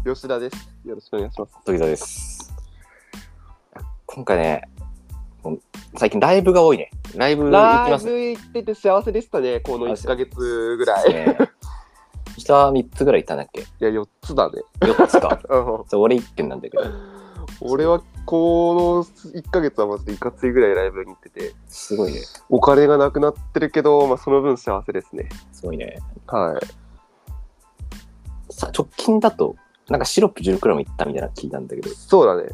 吉田です。よろしくお願いします。 時田です。今回ね、最近ライブが多いね。ライブ行ってます。 ライブ行ってて幸せでしたね、この1ヶ月ぐらい。 下は3つぐらい行ったんだっけ？いや、4つだね。 4つか。俺1軒なんだけど。 俺はこの1ヶ月はマジでいかついぐらいライブに行ってて。 すごいね。 お金がなくなってるけど、まあ、その分幸せですね。 すごいね。 はい。 さ、直近だと、なんかシロップ 16g 行ったみたいなの聞いたんだけど。 そうだね。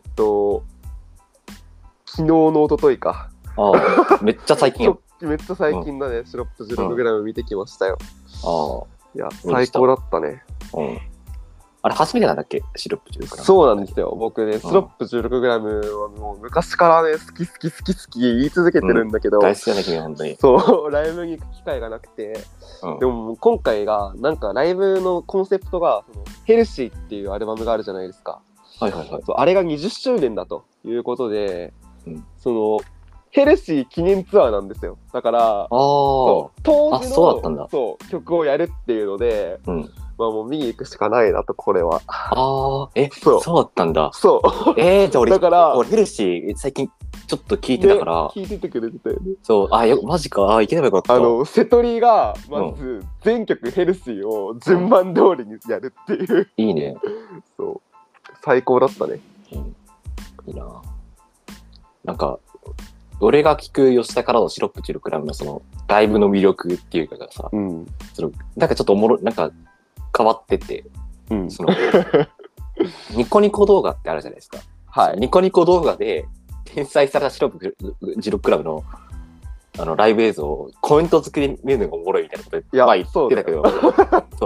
昨日の一昨日か。 ああ、めっちゃ最近よ。 めっちゃ最近だね。シロップ 16g 見てきましたよ。 ああ。 いや、最高だったね。 あれ、初めてなんだっけ？シロップ 16g。 そうなんですよ。僕ね、シロップ 16g はもう昔からね、好き言い続けてるんだけど。 大好きだね、君は本当に。 そう、ライブに行く機会がなくて。でも今回が、なんかライブのコンセプトが、ヘルシーっていうアルバムがあるじゃないですか。 はいはいはい。 あれが20周年だということで、ヘルシー記念ツアーなんですよ。だから、当時の曲をやるっていうので、まあもう見に行くしかないなと、これは。 そうだったんだ。 そう。 じゃあ俺ヘルシー最近ちょっと聞いてたから。 聞いててくれてたよね。 そう、マジか。行ければよかった。 瀬戸利が、まず、全曲ヘルシーを順番通りにやるっていう。 いいね。 そう。最高だったね。 いいな。なんか、俺が聞く吉田からのシロップ 16g のそのライブの魅力っていうかがさ、なんかちょっとおもろ、なんか変わってて、そのニコニコ動画ってあるじゃないですか。はい。ニコニコ動画で転載されたシロップ 16g のライブ映像をコメント作り見るのがおもろいみたいなこと言ってたけど、そう。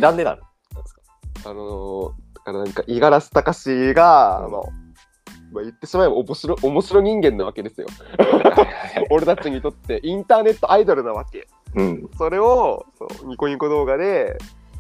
なんでなの？ だからなんか五十嵐隆史が、まあ、言ってしまえば面白人間なわけですよ。俺たちにとってインターネットアイドルなわけ。それをニコニコ動画で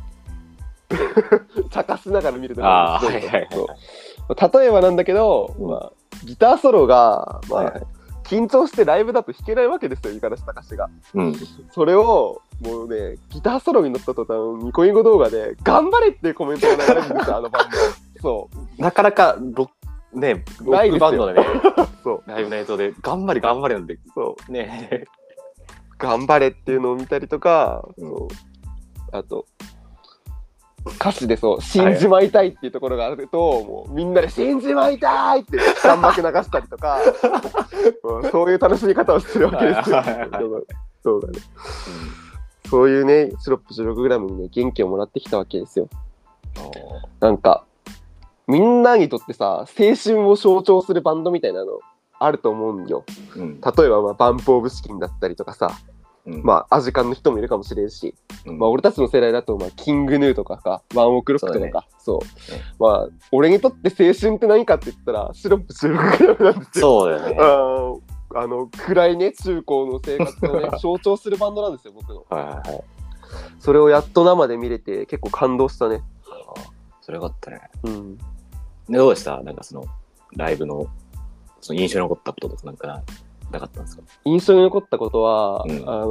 茶化しながら見るのが面白い。例えばなんだけど、ギターソロが、緊張してライブだと弾けないわけですよ、五十嵐隆史が。それをもうね、ギターソロに乗った途端ニコニコ動画で頑張れっていうコメントが流れるんですよ、あのバンド。そう。 なかなかロックバンドでね、ライブの映像で頑張れなんで、 そうね、頑張れっていうのを見たりとか、あと歌詞で信じまいたいっていうところがあると、もうみんなで信じまいたいって弾幕流したりとか、そういう楽しみ方をするわけですよ。そうだね。そういうね、シロップ 16g にね、元気をもらってきたわけですよ。なんかみんなにとってさ、青春を象徴するバンドみたいなのあると思うんよ。例えば、バンプオブチキンだったりとかさ、アジカンの人もいるかもしれんし、俺たちの世代だと、キングヌーとかワンオクロックとか、俺にとって青春って何かって言ったら、シロップ 16g なんですよ。 そうだよね。 暗いね、中高の生活をね、象徴するバンドなんですよ、僕の。それをやっと生で見れて、結構感動したね。 それよかったね。どうでした？なんかライブの印象に残ったこととかなかったんですか？ 印象に残ったことは、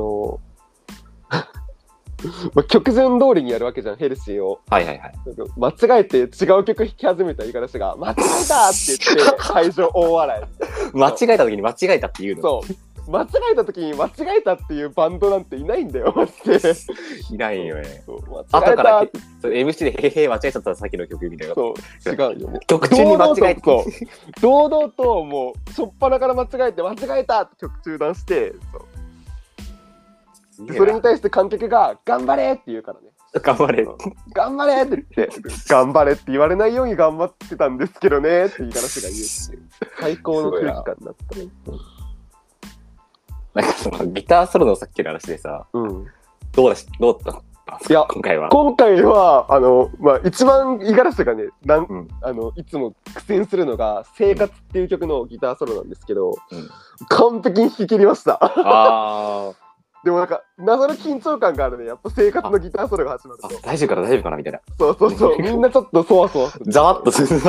曲順通りにやるわけじゃん、ヘルシーを。間違えて違う曲弾き始めた五十嵐が間違えたって言って会場大笑い。 間違えた時に間違えたって言うの？ そう。間違えた時に間違えたっていうバンドなんていないんだよ、マジで。 いないよね。後から MC でへへへ間違えちゃったさっきの曲みたいな。 そう、違うよ。 曲中に間違えて。 堂々ともうしょっぱなから間違えて間違えたって曲中断して、それに対して観客が頑張れって言うからね。 頑張れって言って頑張れって言われないように頑張ってたんですけどねって五十嵐が言うっていう最高の空気感だったね。 なんかギターソロのさっきの話でさ、どうだったの？いや、今回は一番五十嵐がね、いつも苦戦するのが「生活」っていう曲のギターソロなんですけど、完璧に弾き切りました。でもなんか謎の緊張感があるね、やっぱ生活のギターソロが始まると。 大丈夫かなみたいな。 そうみんなちょっとそわそわする。 ざわっとする。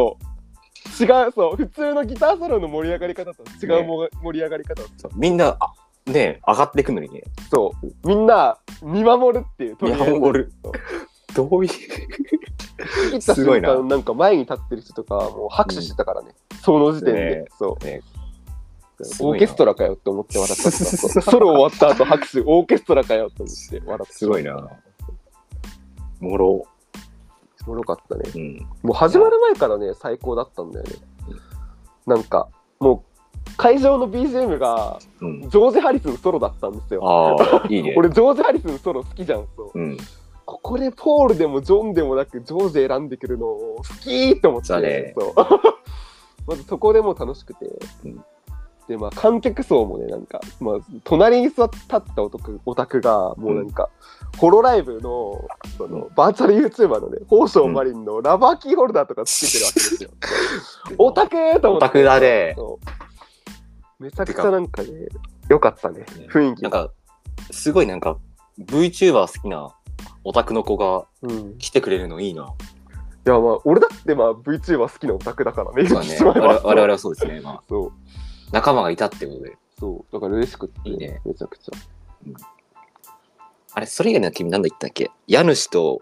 普通のギターソロの盛り上がり方と違う盛り上がり方。 みんなね上がってくのにね。 そうみんな見守るっていう。 見守る。どういう切った瞬間なんか前に立ってる人とかもう拍手してたからね、その時点で、そう、オーケストラかよって思って笑ったソロ終わった後拍手オーケストラかよって思って笑った。 すごいな。もろかったね、もう始まる前からね最高だったんだよね、なんかもう会場の BGM がジョージ・ハリスンソロだったんですよ。 いいね。 俺ジョージ・ハリスンソロ好きじゃん。そう、ここでポールでもジョンでもなくジョージ選んでくるのを好きって思って、ね、そうまずそこでも楽しくて、でまあ観客層もねなんか、まあ、隣に立ったオタクがもうなんか、ホロライブのそのバーチャル YouTuber のね宝生マリンのラバーキーホルダーとかつけてるわけですよ。オタクーと思って。オタクだね。めちゃくちゃなんかね良かったね、雰囲気。 なんかすごいなんか VTuber 好きなオタクの子が来てくれるのいいな。 いやまあ俺だってまあ VTuber 好きなオタクだからね。 そうね。我々はそうですね。まあ、そう仲間がいたってことで。 そうだから嬉しくっていいね。 めちゃくちゃ。 あれそれ以外の君なんだ言ったっけ？家主と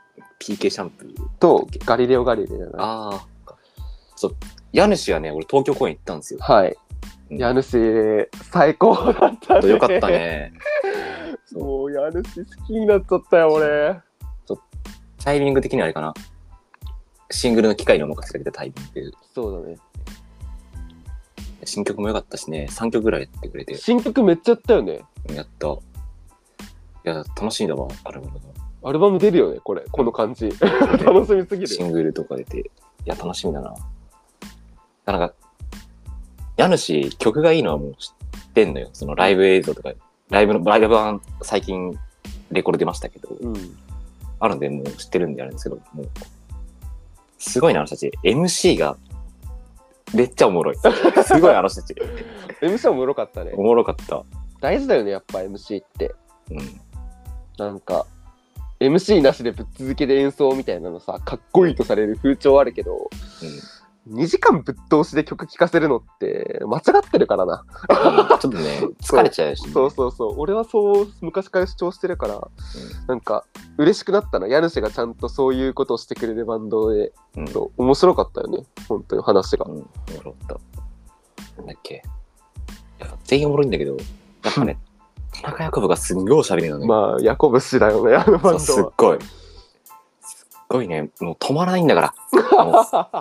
PK シャンプーとガリレオガリレじゃない。 ああ。そう家主はね俺東京公演行ったんですよ。 はい。家主最高だったね。 よかったね。 もう家主好きになっちゃったよ俺。 タイミング的にあれかな。シングルの機械にお任せされたタイミング。 そうだね。 新曲も良かったしね、3曲ぐらいやってくれて。 新曲めっちゃやったよね。 やった。いや、楽しいんだわ、アルバムが。 アルバム出るよね、これ、この感じ。楽しみすぎる。 シングルとか出て。いや、楽しみだな。なんか、家主、曲がいいのはもう知ってんのよ。そのライブ映像とか、ライブ版、最近、レコード出ましたけど、あるんで、もう知ってるんであるんですけど、もう、すごいな、あの人たち。MC が、めっちゃおもろい。すごいあの人たち。 MC おもろかったね。 おもろかった。 大事だよね、やっぱ MC って。なんか、MC なしでぶっ続けで演奏みたいなのさ、かっこいいとされる風潮あるけど、2時間ぶっ通しで曲聴かせるのって間違ってるからな。 ちょっとね、疲れちゃうし、ね。 そう。俺はそう昔から主張してるから、なんか嬉しくなったな。家主がちゃんとそういうことをしてくれるバンドで、面白かったよね。本当に話が。面白かった。なんだっけ。全員おもろいんだけど、やっぱね、田中ヤコブがすんごいおしゃべりなのよ。 まあ、ヤコブ氏だよね、あのバンドは。 すっごいね、もう止まらないんだから。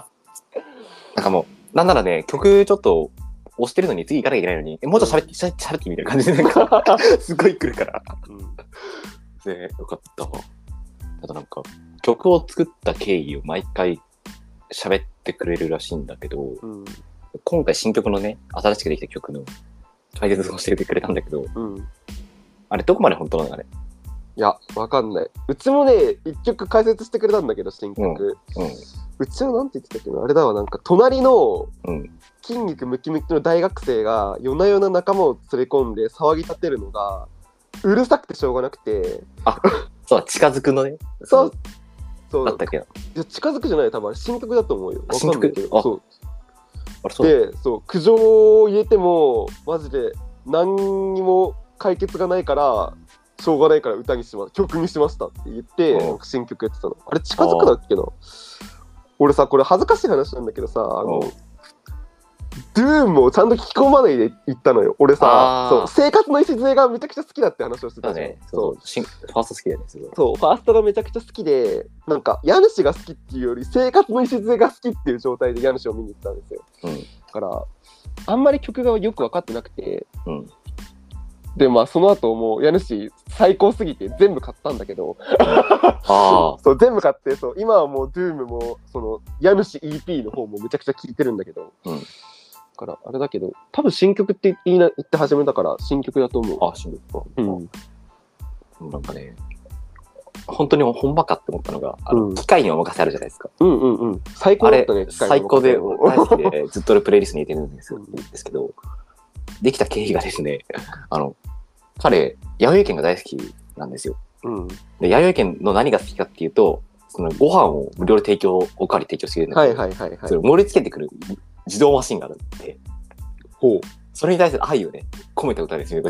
なんかもう、なんならね、曲ちょっと押してるのに次行かなきゃいけないのに、もうちょっと喋ってみたいな感じで、なんか、すごい来るから。で、よかったわ。ただなんか、曲を作った経緯を毎回喋ってくれるらしいんだけど、今回新曲のね、新しくできた曲の解説をしてくれたんだけど、あれどこまで本当なのかね。 いや、わかんない。うちもね、一曲解説してくれたんだけど、新曲。うちはなんて言ってたっけな、あれだわ、なんか隣の筋肉ムキムキの大学生が夜な夜な仲間を連れ込んで騒ぎ立てるのがうるさくてしょうがなくて、 そう近づくのね。 そうだったっけな。 いや近づくじゃない、多分新曲だと思うよ。わかんないけど。 そうで、苦情を入れてもマジで何にも解決がないからしょうがないから曲にしましたって言って新曲やってたの。あれ近づくだっけな。俺さ、これ恥ずかしい話なんだけどさ、ドゥームをちゃんと聞き込まないで行ったのよ。俺さ、生活の礎がめちゃくちゃ好きだって話をしてたじゃん。ファースト好きだよね。 そう、ファーストがめちゃくちゃ好きで、なんか家主が好きっていうより生活の礎が好きっていう状態で家主を見に行ったんですよ。だからあんまり曲がよく分かってなくて、でまあその後もう家主最高すぎて全部買ったんだけどそう全部買って、今はもう Doom もその家主 EP の方もめちゃくちゃ聴いてるんだけど、だからあれだけど多分新曲って言って始めたから新曲だと思う。 新曲か。なんかね、本当に本場かって思ったのが、機械にお任せあるじゃないですか。最高だったね。 最高で大好きでずっとプレイリストに入れてるんですけど、できた経緯がですね、彼、弥生県が大好きなんですよ。で、弥生県の何が好きかっていうと、そのご飯を無料でおかわり提供してくれるんですけど、それを盛り付けてくる自動マシンがあるって。それに対する愛をね、込めた歌ですよね。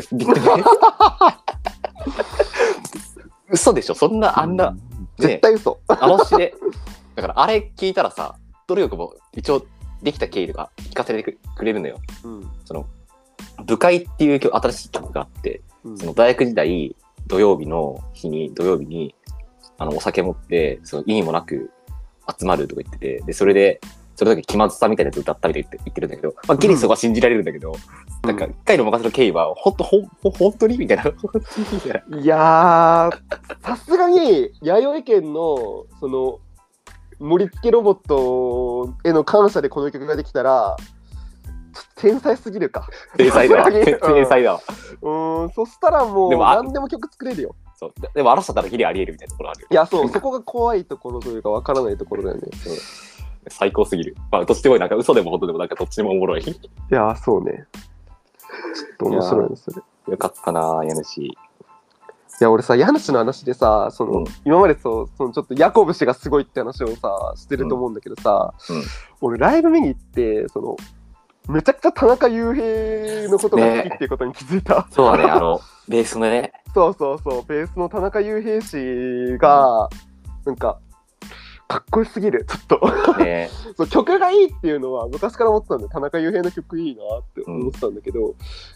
嘘でしょ、そんな、あんな。 絶対嘘。 あの詩で、 だからあれ聞いたらさ、努力も一応できた経緯とか聞かせてくれるのよ。その部会っていう新しい曲があって、その大学時代土曜日にお酒持ってその意味もなく集まるとか言ってて、でそれだけ気まずさみたいなやつ歌ったみたいに言ってるんだけど、まあギリそこは信じられるんだけど、なんか一回の任せの経緯は本当にみたいな。 いやー、さすがに弥生県のその盛り付けロボットへの感謝でこの曲ができたらちょっと天才すぎるか。 天才だわ。天才だわ。 そしたらもう何でも曲作れるよ。 そうでもあの人だったらギリありえるみたいなところあるよ。 いやそうそこが怖いところというかわからないところだよね。 最高すぎる。まあどっちでもなんか嘘でも本当でもなんかどっちでもおもろい。いやそうね。ちょっと面白いですね。 よかったな家主。 いや俺さ家主の話でさ今までそのちょっとヤコブ氏がすごいって話をさしてると思うんだけどさ、俺ライブ見に行ってめちゃくちゃ田中裕平のことが好きっていうことに気づいた。 そうだねベースのね。 そうベースの田中裕平氏がなんかかっこよすぎるちょっと、ね、そう曲がいいっていうのは昔から思ってたんで田中裕平の曲いいなって思ってたんだけど、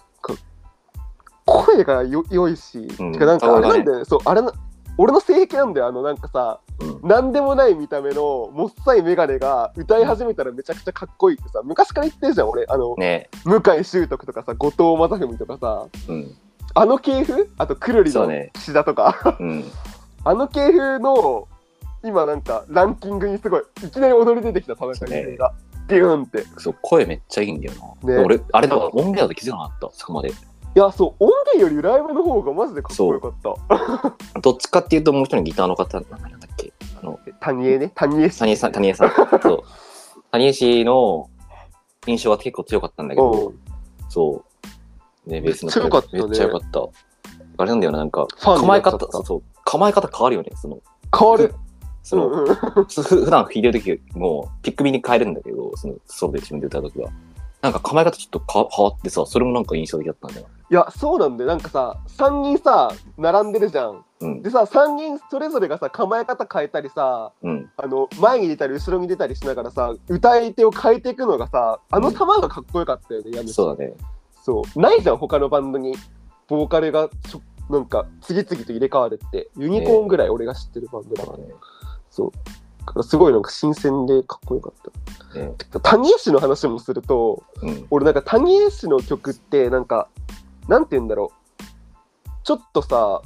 声が良いし、なんかあれなんだよね、俺の性癖なんだよなんかさ、なんでもない見た目のもっさいメガネが歌い始めたらめちゃくちゃかっこいいってさ昔から言ってるじゃん俺向井秀徳とかさ後藤正文とかさ、系譜あとくるりの岸田とか、あの系譜の今なんかランキングにすごいいきなり踊り出てきた田中裕平がビューンって、 そう声めっちゃいいんだよな、ね、俺あれだから音源だと気づかなかったそこまで。 いやそう音源よりライブの方がマジでかっこよかったどっちかっていうともう一人ギターの方名前なんだっけ谷江ね谷江さんそう谷江氏の印象が結構強かったんだけど、そうねベースの声めっちゃ良かった。あれなんだよな、なんか構え方変わるよね。 変わる。 普段弾いてる時もピックビに変えるんだけど、ソロで自分で歌う時はなんか構え方ちょっと変わってさ、それもなんか印象的だったんだよ。 いやそうなんでなんかさ3人さ並んでるじゃん、でさ3人それぞれがさ構え方変えたりさ、前に出たり後ろに出たりしながらさ歌い手を変えていくのがさ様がかっこよかったよね。 そうだね。 そうないじゃん他のバンドにボーカルがなんか次々と入れ替わるってユニコーンぐらい俺が知ってるバンドだからね。そうだからすごいなんか新鮮でかっこよかった。谷江氏の話もすると、俺なんか谷江氏の曲ってなんかなんて言うんだろう、ちょっとさ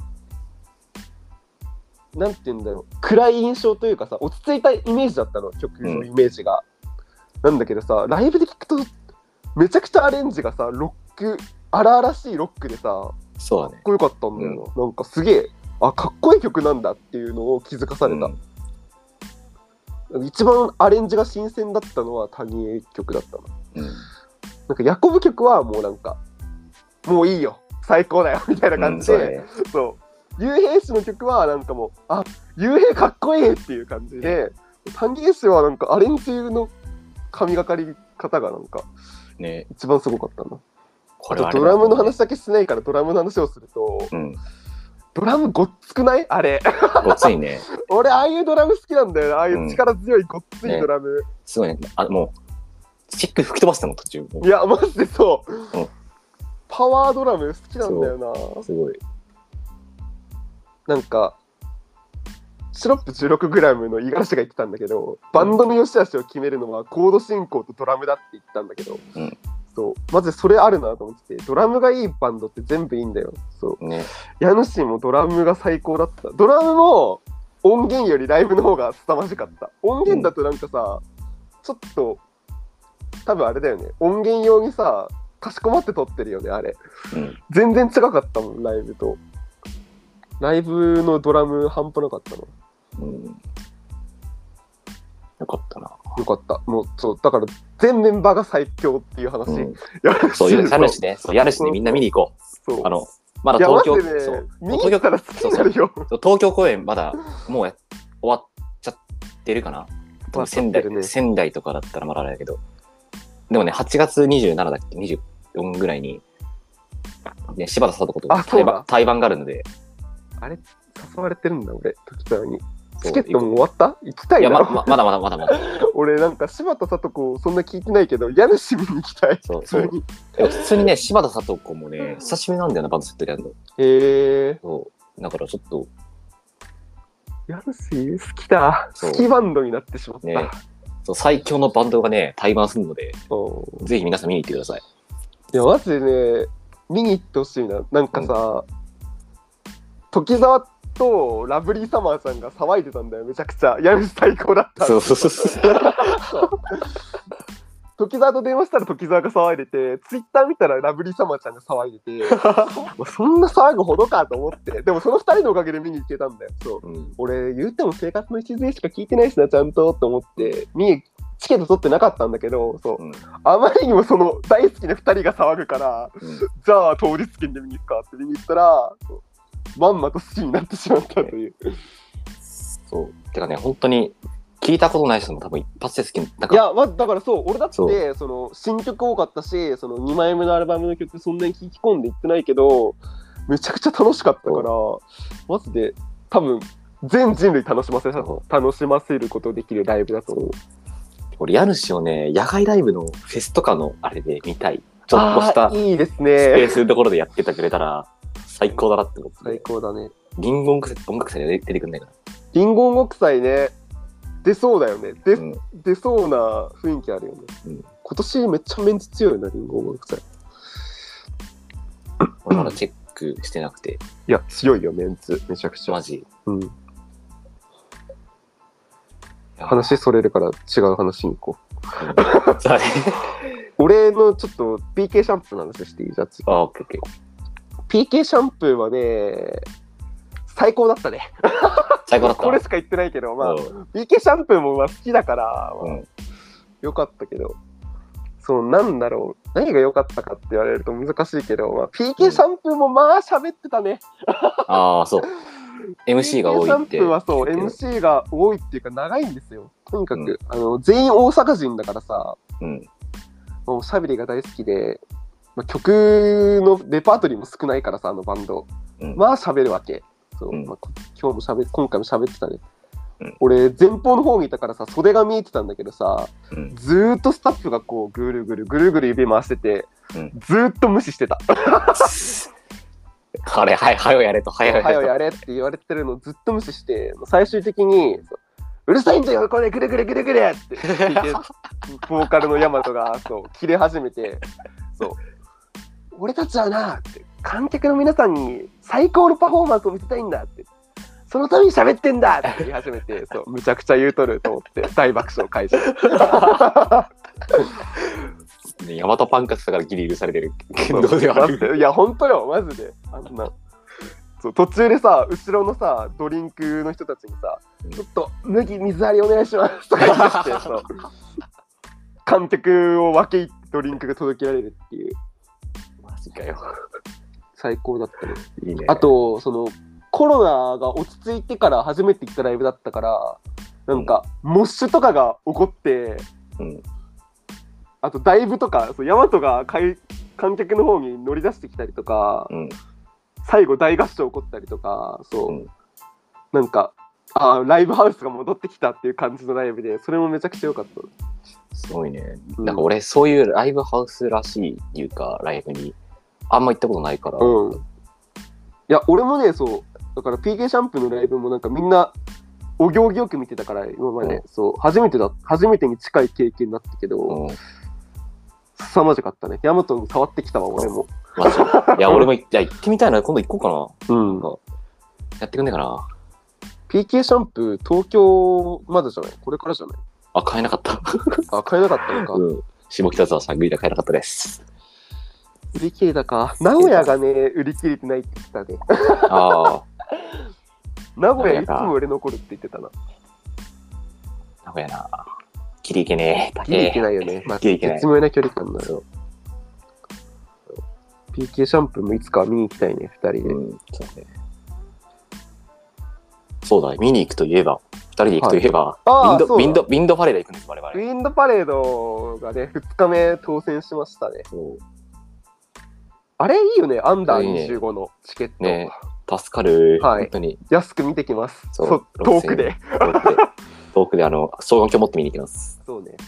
なんて言うんだろう暗い印象というかさ落ち着いたイメージだったの曲のイメージが、なんだけどさライブで聴くとめちゃくちゃアレンジがさロック荒々しいロックでさそうだね、 かっこよかったんだよな、なんかすげえかっこいい曲なんだっていうのを気づかされた、一番アレンジが新鮮だったのは谷江曲だったの、なんかヤコブ曲はもうなんかもういいよ最高だよみたいな感じで、そうゆうへい氏の曲はなんかもうゆうへいかっこいいっていう感じで、谷江氏はなんかアレンジの神がかり方がなんかね一番すごかったな。あとドラムの話だけしないからドラムの話をすると、ドラムごっつくないあれごっついね俺ああいうドラム好きなんだよな、ああいう力強いごっついドラム、 すごいね。もうチェック吹き飛ばしたの途中。 いやマジでそう、パワードラム好きなんだよな。 すごいなんかシロップ 16g の五十嵐が言ってたんだけど、バンドの良し悪しを決めるのはコード進行とドラムだって言ったんだけど、そうまずそれあるなと思ってて、ドラムがいいバンドって全部いいんだよ。そうね、家主もドラムが最高だった。ドラムも音源よりライブの方が凄まじかった。音源だとなんかさ、ちょっと多分あれだよね、音源用にさかしこまって撮ってるよねあれ、全然違かったもんライブと。ライブのドラム半端なかったの。 よかったな。 よかった。もうそうだから全メンバーが最強っていう話。 そういう家主ね、家主にみんな見に行こう。そうまだ東京、 見に行ったら好きになるよ。 東京公演まだもう終わっちゃってるかな。仙台とかだったらまだあれだけど、でもね8月27だっけ24ぐらいにね柴田聡子と対バンがあるので。 あれ誘われてるんだ俺時々に。 チケットも終わった？行きたいな。 いや、まだまだ。 俺なんか柴田聡子そんな聞いてないけど、家主見に行きたい。 そう普通に。 普通にね、柴田聡子もね、久しぶりなんだよな、バンドセットでやるの。 へえ。 そうだからちょっと。 家主好きだ。好きバンドになってしまった。 ね、そう最強のバンドがね、対バンするので、ぜひ皆さん見に行ってください。 いや、マジでね、見に行ってほしいな。なんかさ、時沢とラブリーサマーさんが騒いでたんだよ、めちゃくちゃ。家主最高だった。 そう時沢と電話したら時沢が騒いでて、ツイッター見たらラブリーサマーちゃんが騒いでてそんな騒ぐほどかと思って、でもその2人のおかげで見に行けたんだよ。そう、俺言うても生活の礎しか聞いてないしな、ちゃんとと思ってチケット取ってなかったんだけど、そう、あまりにもその大好きな2人が騒ぐから、じゃあ当日券で見に行くかって見に行ったら、まんまと好きになってしまったという。 そうてかね、本当に聞いたことない人も多分一発で好きに。 いや、だからそう、俺だってその新曲多かったし、その2枚目のアルバムの曲そんなに聴き込んでいってないけど、めちゃくちゃ楽しかったから、マジで多分全人類楽しませることできるライブだと思う。 俺、家主をね、野外ライブのフェスとかのあれで見たい。ちょっとしたいいですね。 スペースのところでやっててくれたら最高だなって思って。 最高だね。 リンゴ音楽祭で出てくんないかな。 リンゴ音楽祭ね、出そうだよね。出そうな雰囲気あるよね。今年めっちゃメンツ強いよな、リンゴ音楽祭。 俺まだチェックしてなくて。 いや、強いよ、メンツ。めちゃくちゃ。 マジ。 話それるから違う話に行こう。俺のちょっと PK シャンプーの話していい？じゃあ次。 オッケー。 PK シャンプーはね、最高だったね。 最高だった。 これしか言ってないけど、まあ、PK シャンプーも好きだから、よかったけど、そう、なんだろう、何が良かったかって言われると難しいけど、PK シャンプーもまあ喋ってたね。 そう。MC が多いって。 シャンプーはそう、MC が多いっていうか長いんですよ。とにかく、全員大阪人だからさ、もうおしゃべりが大好きで、曲のレパートリーも少ないからさ、あのバンド。まあ喋るわけ。そう、今回も喋ってたね。俺、前方の方にいたからさ、袖が見えてたんだけどさ、ずーっとスタッフがこう、ぐるぐる指回してて、ずーっと無視してた。 はよやれと、はよやれって言われてるのをずっと無視して、最終的に、うるさいんだよ、これぐるぐるって言って、ボーカルのヤマトがそう切れ始めて、そう、俺たちはなって、観客の皆さんに最高のパフォーマンスを見せたいんだって、そのために喋ってんだって言い始めて、そう、むちゃくちゃ言うとると思って大爆笑会場。 ヤマトパンカツだからギリ許されてる。 いや、ほんとよ、マジで。そう、途中でさ、後ろのさ、ドリンクの人たちにさ、ちょっと麦水割りお願いしますとか言ってそう、観客を分け入ってドリンクが届けられるっていう。 マジかよ。 最高だったね。 いいね。 あと、その、コロナが落ち着いてから初めて行ったライブだったから、なんか、モッシュとかが起こって、あとダイブとか、ヤマトが観客の方に乗り出してきたりとか、最後大合唱起こったりとか、そう、なんかライブハウスが戻ってきたっていう感じのライブで、それもめちゃくちゃ良かった。 すごいね。なんか俺そういうライブハウスらしいっていうかライブにあんま行ったことないから。いや俺もね、そうだから PK シャンプーのライブもなんかみんなお行儀よく見てたから今まで、そう初めてに近い経験だったけど。凄まじかったね。ヤマトに触ってきたわ、俺も。 マジ？いや、俺も行ってみたいな。今度行こうかな。やってくんねえかな。 PK シャンプー、東京まだじゃない？これからじゃない？ 買えなかった。 買えなかったのか。 下北沢探りで買えなかったです。 売り切れたか。名古屋がね、売り切れてないって言ってたね。名古屋いつも売れ残るって言ってたな。 名古屋な。ギリいけねえ。 ギリいけないよね。 ギリいけない。 絶妙な距離感だよ。PK シャンプーもいつか見に行きたいね、2人で。 そうね。そうだね、見に行くといえば、2人で行くといえば、ウィンドパレード行くんです、我々。 ウィンドパレードがね、2日目当選しましたね。あれいいよね、アンダー25のチケット。 ね、 助かる。 はい本当に。 安く見てきます。 そう遠くで。 遠くで双眼鏡持って見に行きます。 そうね。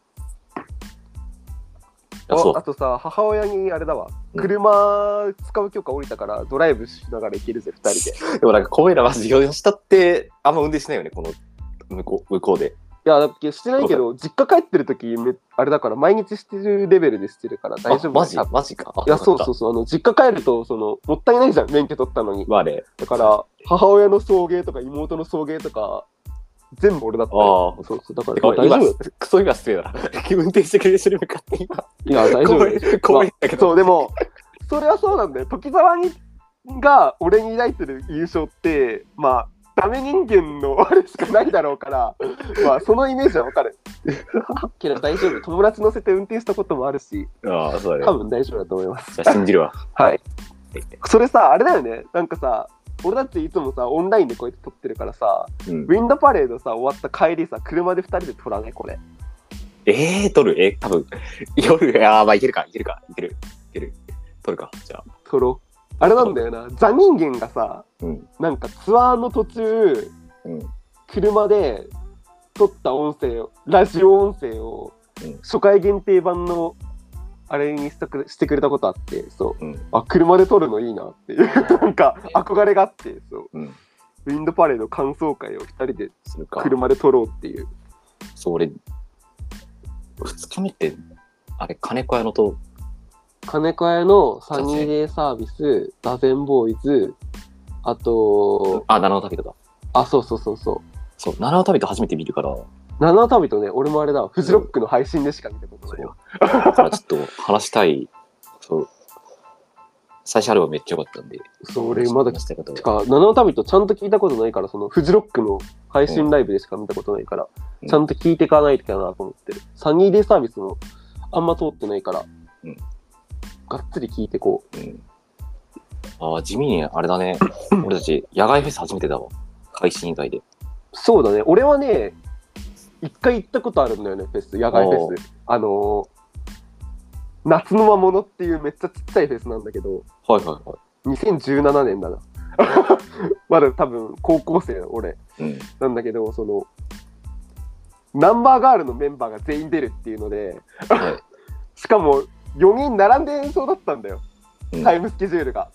そうあとさ、母親にあれだわ、 うん車使う許可降りたからドライブしながら行けるぜ、2人で。 でもなんか、こういうのマジ、吉田ってあんま運転しないよね、この向こうで。 いや、だってしてないけど、実家帰ってる時あれだから、毎日してるレベルでしてるから大丈夫。 マジか。 いや、そうそうそう、実家帰ると、もったいないじゃん、免許取ったのに。 まあね。 だから、母親の送迎とか妹の送迎とか、全部俺だったよ。そうそう、だから大丈夫。 クソ今失礼だな。運転してくれる人に向かって今。 いや、大丈夫。 怖いんだけど。 そう、でも、それはそうなんだよ。時沢が俺に抱いてる印象って、まあ、ダメ人間のあれしかないだろうから、まあ、そのイメージはわかる。けど大丈夫。友達乗せて運転したこともあるし、 そうだね。 多分大丈夫だと思います。 じゃあ信じるわ。 はい。それさ、あれだよね。なんかさ、俺だっていつもさ、オンラインでこうやって撮ってるからさ、ウィンドパレードさ、終わった帰りさ、車で2人で撮らないこれ。 撮る多分。夜、まあいける。撮るか、じゃあ。 撮ろう。あれなんだよな、ザ人間がさ、なんかツアーの途中、車で撮った音声を、ラジオ音声を、初回限定版のあれにしてくれたことあって、そう、あ、車で撮るのいいなっていう、なんか憧れがあって、そう、ウィンドパレード感想会を2人で車で撮ろうっていう。 そう、俺、2日目って、あれ、金子屋のと、 金子屋のサニーデイサービス、ダゼンボーイズ、あと、 七尾旅人だ。 あ、そう。そう、 七尾旅人初めて見るから。 七尾旅人ね、俺もあれだわ、フジロックの配信でしか見たことないわ。 だからちょっと話したい。そう。最初あれはめっちゃ良かったんで。 そう、俺まだ、てか、七尾旅人ちゃんと聞いたことないから、フジロックの配信ライブでしか見たことないから、ちゃんと聞いていかないといけないなと思ってる。サニーデイサービスもあんま通ってないから、がっつり聞いてこう。 地味にあれだね。俺たち野外フェス初めてだわ。配信以外で。 そうだね。俺はね、一回行ったことあるんだよね、フェス、野外フェス。夏の魔物っていうめっちゃちっちゃいフェスなんだけど、2017年だな。まだ多分高校生の俺、なんだけど、ナンバーガールのメンバーが全員出るっていうので、しかも4人並んで演奏だったんだよ、タイムスケジュールが。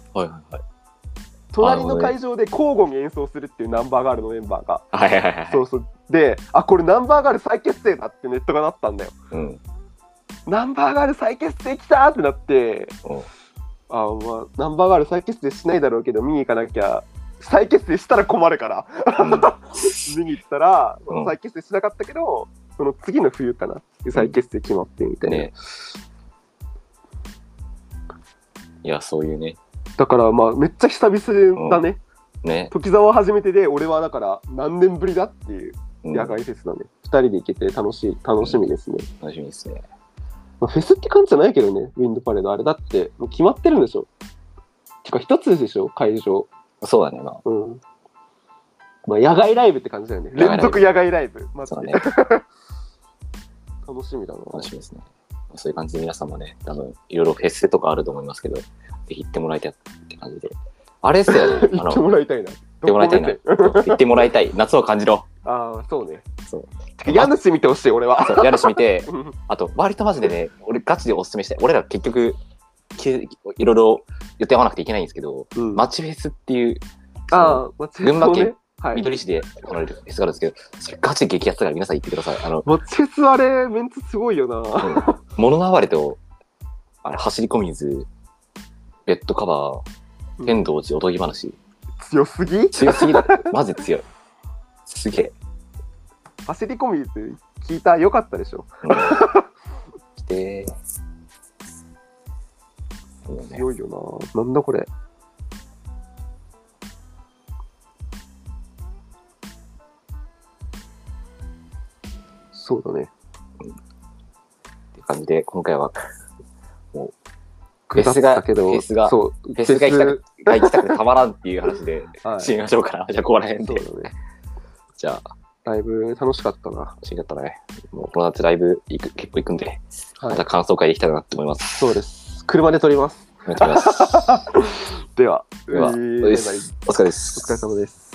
隣の会場で交互に演奏するっていうナンバーガールのメンバーが。そうで、あ、これナンバーガール再結成だってネットがなったんだよ。ナンバーガール再結成きたってなって、まあ、ナンバーガール再結成しないだろうけど見に行かなきゃ、再結成したら困るから、見に行ったら、再結成しなかったけど、その次の冬かな、再結成決まってみたいな。 いや、そういうね。 だからまあめっちゃ久々だね。時沢初めてで、俺はだから何年ぶりだっていう野外フェスだね。2人で行けて楽しみですね。 楽しみですね。 まあ、フェスって感じじゃないけどね、ウィンドパレード。あれだってもう決まってるんでしょ。てか一つでしょ、会場。 そうだね。 まあ野外ライブって感じだよね。連続野外ライブ。マジで。楽しみだな。 楽しみですね。そういう感じで皆さんもね、多分いろいろフェスとかあると思いますけど、ぜひ行ってもらいたいって感じで。あれですよね。 行ってもらいたいな。 行ってもらいたいな。行ってもらいたい。夏を感じろ。 そうね。 そう。 家主見てほしい、俺は。 家主見て、あと、割とマジでね、俺ガチでおすすめしたい。俺ら結局、いろいろ予定合わなくていけないんですけど、街フェスっていう、群馬県みどり市で行われるフェスがあるんですけど、それガチで激アツだから皆さん行ってください。 街フェスあれ、メンツすごいよな。 物のあれと、走り込み水、ベッドカバー、天童寺おとぎ話。 強すぎだ。マジ強い。すげえ。 走り込みって聞いた、よかったでしょ。 来て強いよな。なんだこれ。そうだね。 って感じで、今回は、もう、フェスが行きたくてたまらんっていう話で、締めましょうかな。じゃあ、ここら辺で。じゃあ、 ライブ楽しかったな。 楽しかったね。もうこの夏ライブ結構行くんで、また感想会できたらなって思います。 そうです。車で撮ります。 やってみます。 では、 では、お疲れです。 お疲れ様です。